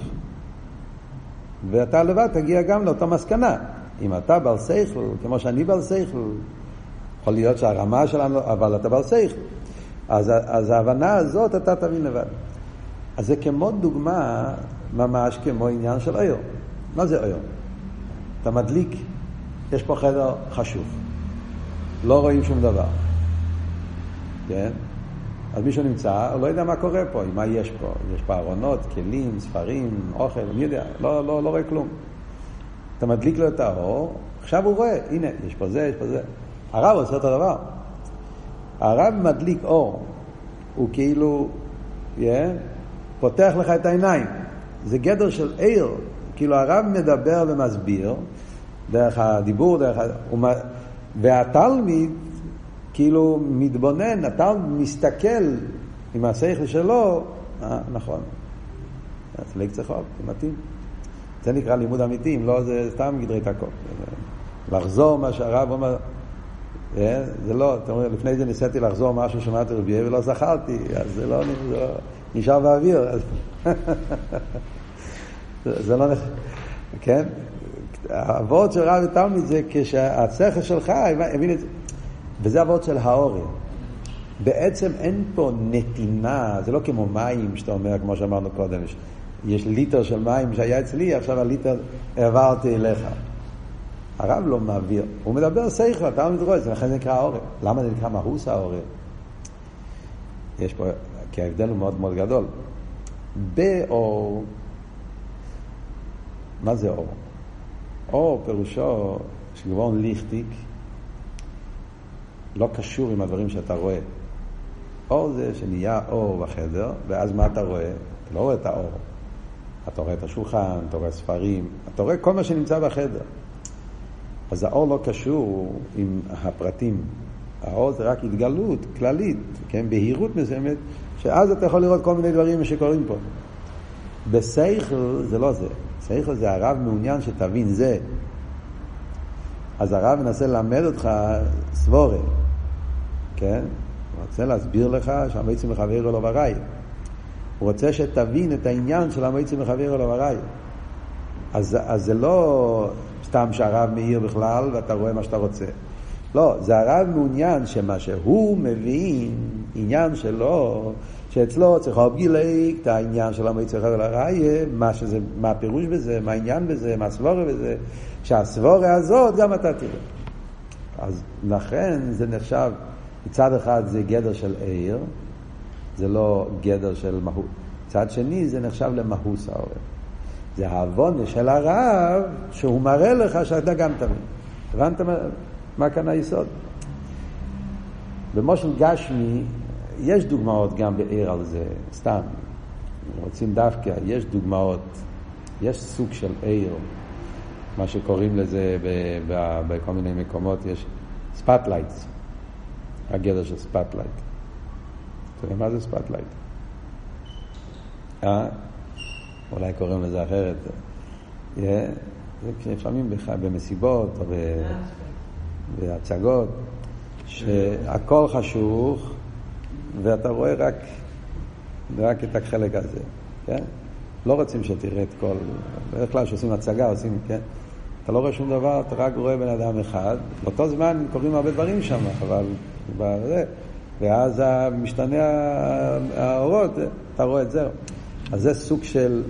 ואתה לבד תגיע גם לאותה מסקנה. אם אתה בעל שכל, כמו שאני בעל שכל, יכול להיות שהרמה שלנו, אבל אתה בעל שכל. אז, אז ההבנה הזאת אתה תבין לבד. אז זה כמו דוגמה, ממש כמו עניין של אור. מה זה אור? אתה מדליק, יש פה חדר חשוך. לא רואים שום דבר. כן? אז מישהו נמצא, הוא לא יודע מה קורה פה, מה יש פה. יש פה ארונות, כלים, ספרים, אוכל, מי יודע, לא, לא, לא רואה כלום. אתה מדליק לו את האור, עכשיו הוא רואה, הנה, יש פה זה, יש פה זה. הרב עושה אותו דבר. הרב מדליק אור, הוא כאילו, yeah, פותח לך את העיניים. זה גדר של עיר, כאילו הרב מדבר ומסביר, דרך הדיבור, דרך ה... והתלמיד, כאילו מתבונן, התלמיד מסתכל עם השכל שלו, אה, נכון. זה לקצה חוב, זה מתאים. זה נקרא לימוד אמיתי, אם לא זה סתם גדרי תקות. לחזור מה שהרב אומר, זה לא, אתם אומרים, לפני זה ניסיתי לחזור משהו שמעתי רביעי ולא זכרתי, אז זה לא, זה לא נשאר באוויר. זה לא, כן? העבוד של רב ותלמיד זה כשהשכל שלך, הבין את זה. וזה העבוד של האור. בעצם אין פה נתינה, זה לא כמו מים שאתה אומר, כמו שאמרנו קודם, יש ליטר של מים שהיה אצלי, עכשיו הליטר העברתי אליך. הרב לא מעביר, הוא מדבר שכל, אתה לא מתרוץ, לכן זה נקרא האור. למה זה נקרא מהוס האור? יש פה, כי ההבדל הוא מאוד מאוד גדול. באור, מה זה אור? אור פירושו שגבון ליכטיק, לא קשור עם הדברים שאתה רואה. אור זה שנהיה אור בחדר, ואז מה אתה רואה? אתה לא רואה את האור. אתה רואה את השולחן, אתה רואה ספרים, אתה רואה כל מה שנמצא בחדר. אז האור לא קשור עם הפרטים. האור זה רק התגלות כללית, כן? בהירות מסוימת, שאז אתה יכול לראות כל מיני דברים שקורים פה. בשכל זה לא זה. שכל זה הרב מעוניין שתבין זה. אז הרב מנסה ללמד אותך סבורה. כן? הוא רוצה להסביר לך שהמועצים מחבר אלו בראי. הוא רוצה שתבין את העניין של המועצים מחבר אלו בראי. אז, אז זה לא סתם שהרב מאיר בכלל ואתה רואה מה שאתה רוצה. לא, זה הרב מעוניין שמה שהוא מבין, עניין שלו, שאצלו צריך להבגיל את העניין של המועצים מחבר אלו בראי, מה, שזה, מה הפירוש בזה, מה העניין בזה, מה הסבורה בזה, שהסבורה הזאת גם אתה תראה. אז לכן זה נחשב, מצד אחד זה גדר של עיר, זה לא גדר של מהות. מצד שני זה נחשב למהוס האור. זה העוונה של הרב שהוא מראה לך שאתה גם תבין. הבנת מה, מה כאן היסוד? במושל גשמי יש דוגמאות גם בעיר על זה, סתם. רוצים דווקא, יש דוגמאות, יש סוג של עיר, מה שקוראים לזה בכל מיני מקומות, יש ספאטלייטס, הגדר של ספאטלייט. אתה יודע מה זה ספאטלייט? אה? אולי קוראים לזה אחרת. זה כשלפעמים במסיבות או בהצגות, שהכל חשוך ואתה רואה רק, רק את החלק הזה. כן? לא רוצים שתראה את כל, בדרך כלל שעושים הצגה, עושים, כן? אתה לא רואה שום דבר, אתה רק רואה בן אדם אחד. באותו זמן קוראים הרבה דברים שם, אבל בזה. ואז משתנה האורות, אתה רואה את זה. אז זה סוג של,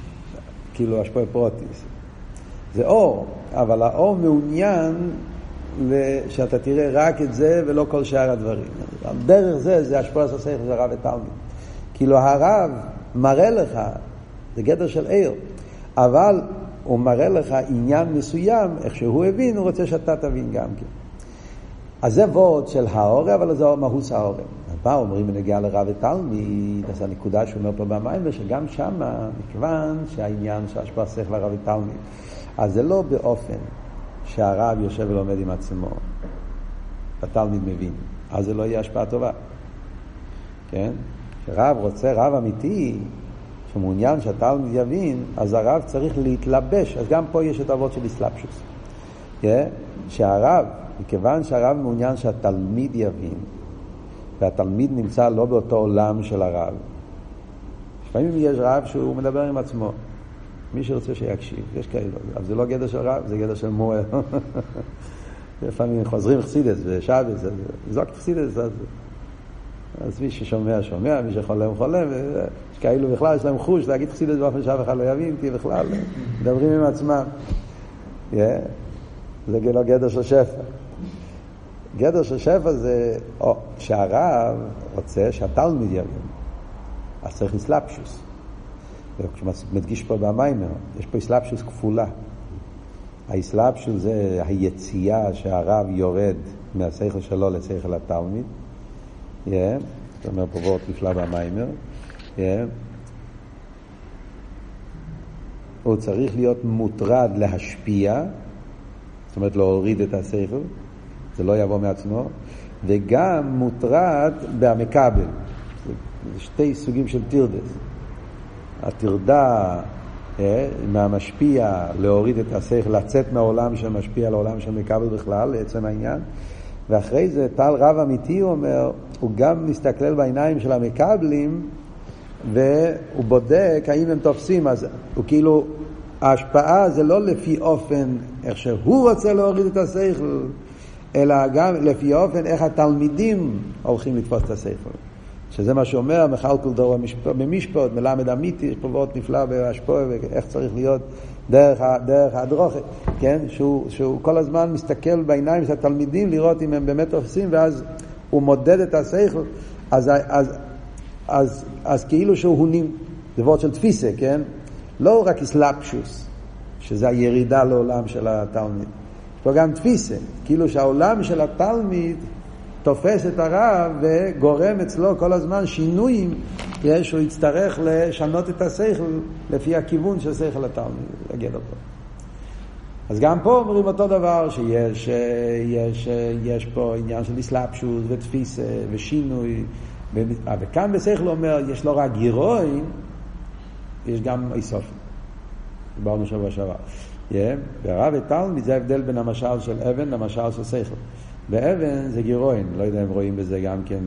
כאילו, השפוע פרוטיס. זה אור, אבל האור מעוניין שאתה תראה רק את זה ולא כל שאר הדברים. דרך זה, זה השפעת השכל של הרב ותלמיד. כאילו הרב מראה לך, זה גדר של עיר, אבל הוא מראה לך עניין מסוים, איך שהוא הבין, הוא רוצה שאתה תבין גם כן. אז זה וורד של האורה, אבל זה מהוס האורה. מה אומרים בנגיעה לרב ותלמיד? אז הנקודה שהוא אומר פה במים, ושגם שם, מכיוון שהעניין של השפעת השכל לרב ותלמיד, אז זה לא באופן שהרב יושב ולומד עם עצמו, התלמיד מבין, אז זה לא יהיה השפעה טובה. כן? כשרב רוצה, רב אמיתי, שמעוניין שהתלמיד יבין, אז הרב צריך להתלבש. אז גם פה יש את אבות של אסלאפשוס. כן? שהרב, מכיוון שהרב מעוניין שהתלמיד יבין, והתלמיד נמצא לא באותו עולם של הרב. לפעמים יש רב שהוא מדבר עם עצמו. מי שרוצה שיקשיב, יש כאלה. אבל זה לא גדר של רב, זה גדר של מורה. לפעמים חוזרים חסידס ושבת, זה רק חסידס. אז, אז מי ששומע, שומע, מי שחולם, חולם. יש כאלו בכלל, יש להם חוש להגיד חסידס באופן שאף אחד לא יבין, כי בכלל מדברים עם עצמם. Yeah. זה לא גדר של שפע. גדר של שפע זה, או, שהרב רוצה שהתלמיד יבין. אז צריך אסלאפשוס. וכשמדגיש פה במיימר, יש פה אסלאפשוס כפולה. האסלאפשוס זה היציאה שהרב יורד מהשכל שלו לשכל התלמיד. Yeah. זאת אומרת פה וורט נפלא במיימר. Yeah. הוא צריך להיות מוטרד להשפיע, זאת אומרת להוריד את השכל, זה לא יבוא מעצמו, וגם מוטרד במקבל. זה שתי סוגים של תרדס. התרדה אה, מהמשפיע להוריד את השכל, לצאת מהעולם של משפיע לעולם של מקבל בכלל, לעצם העניין. ואחרי זה, טל רב אמיתי הוא אומר, הוא גם מסתכל בעיניים של המקבלים, והוא בודק האם הם תופסים. אז הוא כאילו, ההשפעה זה לא לפי אופן איך שהוא רוצה להוריד את השכל, אלא גם לפי אופן איך התלמידים הולכים לתפוס את השכל. שזה מה שאומר, מחל כל דור במשפט, מלמד אמיתי, יש פה וורט נפלא בהשפעה, ואיך צריך להיות דרך, דרך הדרוכה, כן? שהוא, שהוא כל הזמן מסתכל בעיניים של התלמידים, לראות אם הם באמת תופסים, ואז הוא מודד את השכל, אז, אז, אז, אז, אז כאילו שהוא הונים, זה וורט של תפיסה, כן? לא רק אסלאפשוס, שזה הירידה לעולם של התלמיד. יש פה גם תפיסה, כאילו שהעולם של התלמיד תופס את הרב וגורם אצלו כל הזמן שינויים, שהוא יצטרך לשנות את השכל לפי הכיוון של שכל התלמיד, להגיד אותו. אז גם פה אומרים אותו דבר, שיש יש, יש פה עניין של אסלאפשוס ותפיסה ושינוי, וכאן בשכל אומר, יש לא רק גירוין, יש גם איסופים. דיברנו שבוע שעבר. ברב ותלמיד זה ההבדל בין המשל של אבן למשל של שכל. באבן זה גירוין, לא יודע אם רואים בזה גם כן,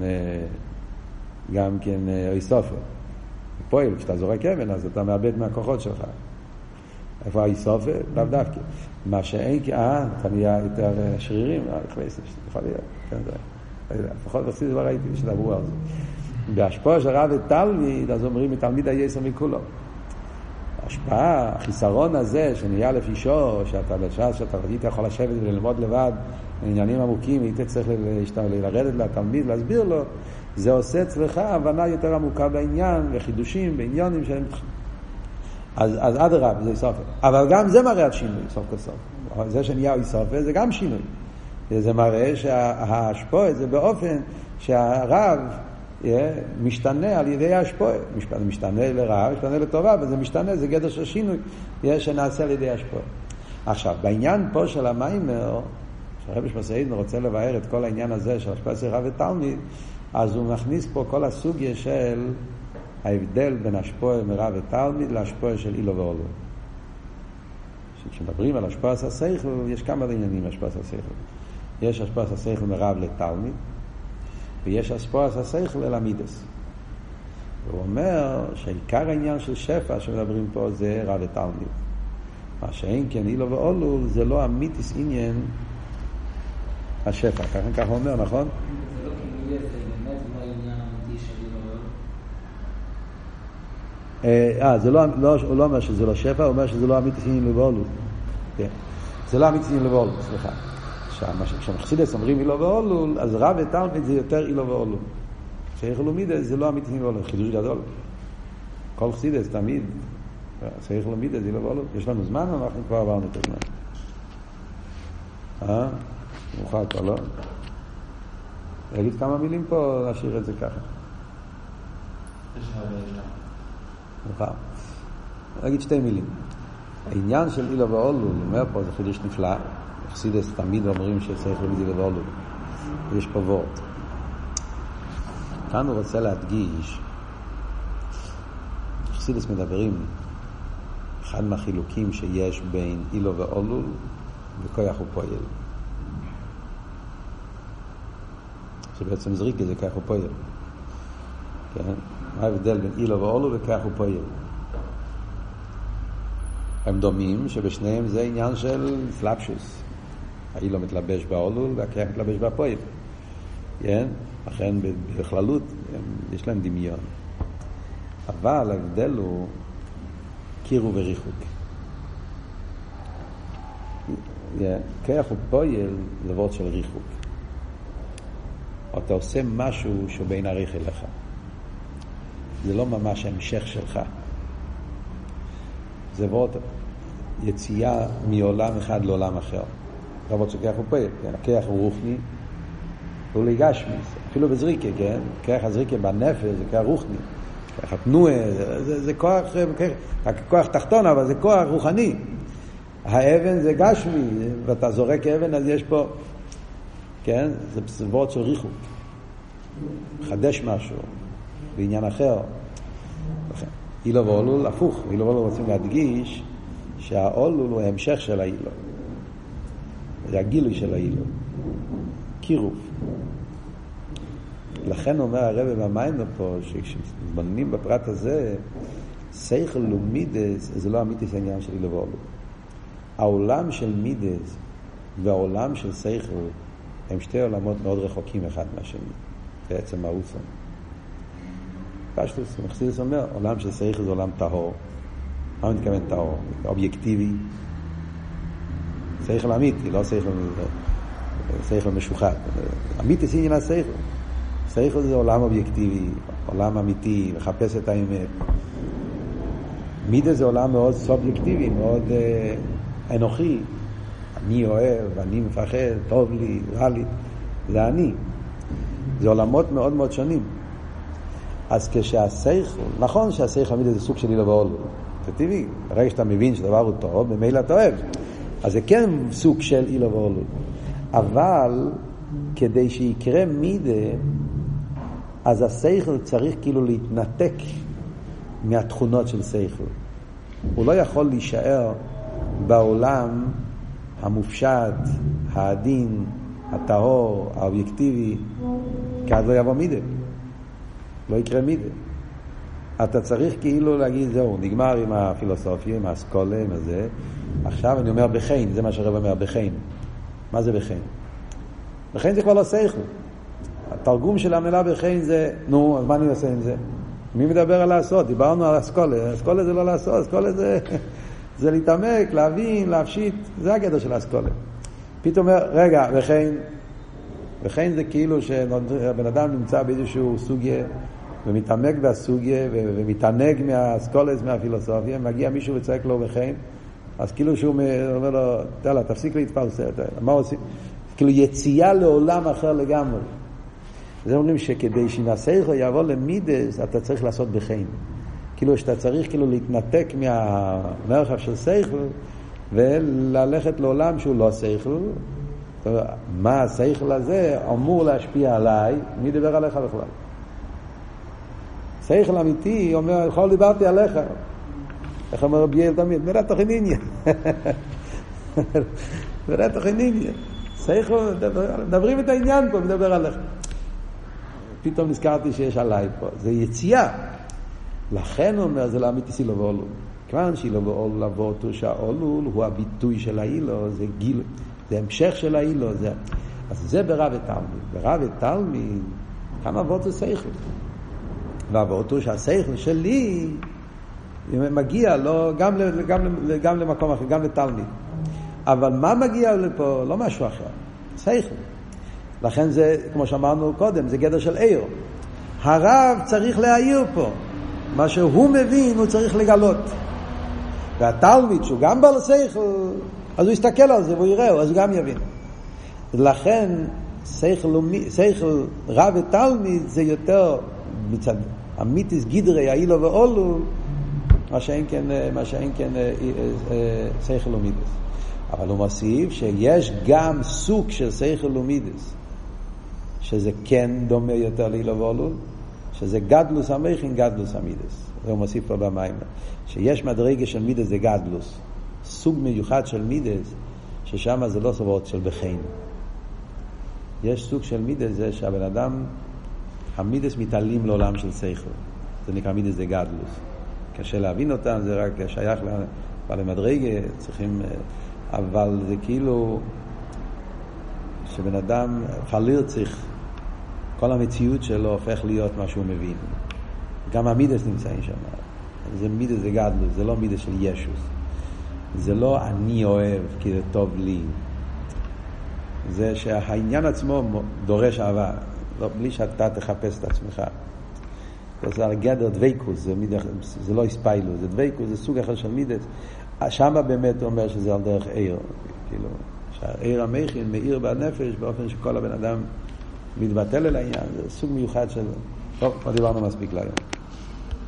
גם כן איסופים. פועל, כשאתה זורק אבן, אז אתה מאבד מהכוחות שלך. איפה האיסופים? לאו דווקא. מה שאין, אה, אתה נהיה יותר שרירים, יכול להיות, כן, זה. לפחות בסי דבר ראיתי שדברו על זה. בהשפעה של רב ותלמיד, אז אומרים מתלמיד היסר מכולו. ההשפעה, החיסרון הזה שנהיה לפישו, שאתה בשעה שאתה היית יכול לשבת וללמוד לבד עניינים עמוקים, היית צריך לרדת לתלמיד, להסביר לו, זה עושה אצלך הבנה יותר עמוקה בעניין וחידושים בעניינים שהם... אז, אז עד הרב, זה איסופי. אבל גם זה מראה על שינוי, סוף כל סוף. זה שנהיה איסופי, זה גם שינוי. זה מראה שההשפעה זה באופן שהרב משתנה על ידי ההשפעה. משתנה לרע, משתנה לטובה, וזה משתנה, זה גדר של שינוי שנעשה על ידי ההשפעה. עכשיו, בעניין פה של המיימר, שהרב שמסעידן רוצה לבאר את כל העניין הזה של השפעה של רב ותלמיד, אז הוא מכניס פה כל הסוגיה של ההבדל בין השפעה מרב ותלמיד להשפעה של אילו ואולו. כשמדברים על השפעה של השכל, יש כמה עניינים השפעה של השכל. יש השפעה של השכל מרב לתלמיד, ויש השפעה של השכל ללמידס. הוא אומר שעיקר העניין של שפע שמדברים פה זה רב ותלמיד. מה שאין כן אילו ואולו זה לא אמיתיס עניין השפע. ככה ככה הוא אומר, נכון? זה לא כאילו זה באמת לא העניין אמיתי של אילו ואולו. אה, זה לא, לא, הוא לא אומר שזה לא שפע, הוא אומר שזה לא אמיתיס עניין אילו ואולו. כן. זה לא אמיתיס עניין אילו ואולו, סליחה. כשמחסידס אומרים אילו ואולול, אז רב ותלמיד זה יותר אילו ואולול. שייך לומידס זה לא אמיתי ואולול, חידוש גדול. כל חסידס תמיד, שייך לומידס זה אילו ואולול. יש לנו זמן או אנחנו כבר עברנו את הזמן? אה? מוכר כבר לא? להגיד כמה מילים פה, להשאיר את זה ככה. מוכר. להגיד שתי מילים. העניין של אילו ואולול, אומר פה, זה חידוש נפלא. חסידס תמיד אומרים שצריך להגיד אילו ואולול. יש פה וורט. כאן הוא רוצה להדגיש, חסידס מדברים, אחד מהחילוקים שיש בין אילו ואולול וכוח ופועל. שבעצם זריקה זה כוח ופועל. כן? מה ההבדל בין אילו ואולול וכוח ופועל? הם דומים שבשניהם זה עניין של סלאפשוס. האילו מתלבש באולול והכוח מתלבש בפועל. כן? לכן בכללות יש להם דמיון. אבל ההבדל הוא קירוב וריחוק. כוח ופועל זה וורט של ריחוק. אתה עושה משהו שהוא בין עריך אליך. זה לא ממש המשך שלך. זה וורט יציאה מעולם אחד לעולם אחר. זה וורט של כוח ופועל. הכוח הוא רוחני, הוא לגשמי. אפילו בזריקה, כן? כוח הזריקה בנפש זה כוח רוחני. כוח התנועה, זה, זה, זה כוח, כוח תחתון, אבל זה כוח רוחני. האבן זה גשמי, ואתה זורק אבן, אז יש פה, כן? זה וורט של ריחוק. חדש משהו, בעניין אחר. אילו ואולול, הפוך. אילו ואולול רוצים להדגיש שהאולול הוא ההמשך של האילו. זה הגילוי של האילו. קירוב. לכן אומר הרב במיימר פה, שכשמתבוננים בפרט הזה, שכל ומידס, זה לא אמיתי, זה עניין של אילו ואולול. העולם של מידס והעולם של שכל הם שתי עולמות מאוד רחוקים אחד מהשני. בעצם מהות. פשטוס, מחסידס אומר, עולם של שכל זה עולם טהור. מה מתכוון טהור? אובייקטיבי. שכל אמיתי, לא שכל, שכל משוחד. אמיתי זה עניין השכל. שכל זה עולם אובייקטיבי, עולם אמיתי, לחפש את האמת. מידה זה עולם מאוד סובייקטיבי, מאוד uh, אנוכי. אני אוהב, אני מפחד, טוב לי, רע לי. זה אני. זה עולמות מאוד מאוד שונים. אז כשהשכל, נכון שהשכל מידה זה סוג של אילו ואולול. זה טבעי. ברגע שאתה מבין שדבר הוא טוב, במילא אתה אוהב. אז זה כן סוג של אילו ואולול. אבל כדי שיקרה מידה, אז השכל צריך כאילו להתנתק מהתכונות של שכל. הוא לא יכול להישאר בעולם המופשט, העדין, הטהור, האובייקטיבי, כי אז לא יבוא מידה. לא יקרה מידה. אתה צריך כאילו להגיד, זהו, נגמר עם הפילוסופיה, עם האסכולה, עם הזה. עכשיו אני אומר בחין, זה מה שהרב אומר, בחין. מה זה בחין? בחין זה כבר לא שכל. התרגום של המילה בחין זה, נו, אז מה אני עושה עם זה? מי מדבר על לעשות? דיברנו על אסכולה. אסכולה זה לא לעשות, אסכולה זה, זה להתעמק, להבין, להפשיט. זה הגדר של האסכולה. פתאום אומר, רגע, בחין, בחין זה כאילו שהבן אדם נמצא באיזשהו סוגיה, ומתעמק בסוגיה, ומתענג מהאסכולס, מהפילוסופיה, מגיע מישהו וצועק לו בחין, אז כאילו שהוא אומר לו, תאללה, תפסיק להתפרסם, מה עושים? כאילו יציאה לעולם אחר לגמרי. זה אומרים שכדי שנעשייך יעבור למידס, אתה צריך לעשות בחין. כאילו שאתה צריך כאילו להתנתק מהמרחב של שכל, וללכת לעולם שהוא לא שכל. מה השכל הזה אמור להשפיע עליי? מי דיבר עליך בכלל? שכל אמיתי אומר, יכול דיברתי עליך. איך אומר רבי יעל תמיד? מראה תוכן עניין. מראה תוכן עניין. שכל, מדברים את העניין פה, מדבר עליך. פתאום נזכרתי שיש עליי פה. זה יציאה. לכן הוא אומר, זה לא אמיתי סילו ואולול. כיוון שאילו ואולול עבורתו שהאולול הוא הביטוי של האילו, זה גיל, זה המשך של האילו. זה... אז זה ברב ותלמיד. ברב ותלמיד, כמה עבורתו שכל. ועבורתו שהשכל שלי מגיע לו גם, גם, גם למקום אחר, גם לתלמיד. אבל מה מגיע לפה? לא משהו אחר. שכל. לכן זה, כמו שאמרנו קודם, זה גדר של עיר. הרב צריך להעיר פה. מה שהוא מבין הוא צריך לגלות. והתלמיד שהוא גם בעל שכל, אז הוא יסתכל על זה והוא יראה, אז הוא גם יבין. לכן שכל, שכל רב ותלמיד זה יותר מצד אמיתיס גידרי האילו ואולו, מה שאין כן, מה שאין כן שכל ומידס. אבל הוא מוסיף שיש גם סוג של שכל ומידס, שזה כן דומה יותר לאילו ואולו, שזה גדלוס המכין, גדלוס המידס. זה הוא מוסיף פה במים. שיש מדרגה של מידס זה גדלוס. סוג מיוחד של מידס, ששם זה לא סברות של בחין. יש סוג של מידס זה שהבן אדם, המידס מתעלים לעולם של שכל. זה נקרא מידס זה גדלוס. קשה להבין אותם, זה רק שייך למדרגה, צריכים, אבל זה כאילו שבן אדם חליר צריך, כל המציאות שלו הופך להיות מה שהוא מבין. גם המידס נמצאים שם. זה מידס זה גדלוס, זה לא מידס של ישוס. זה לא אני אוהב כי זה טוב לי. זה שהעניין עצמו דורש אהבה, לא, בלי שאתה תחפש את עצמך. זה על גדר דוויקוס, זה, מידס, זה לא הספיילו, זה דוויקוס, זה סוג אחר של מידס. שם באמת הוא אומר שזה על דרך עיר. כאילו, שהעיר המכין מאיר בנפש באופן שכל הבן אדם מתבטל אל העניין. זה סוג מיוחד של... טוב, כבר דיברנו מספיק להיום.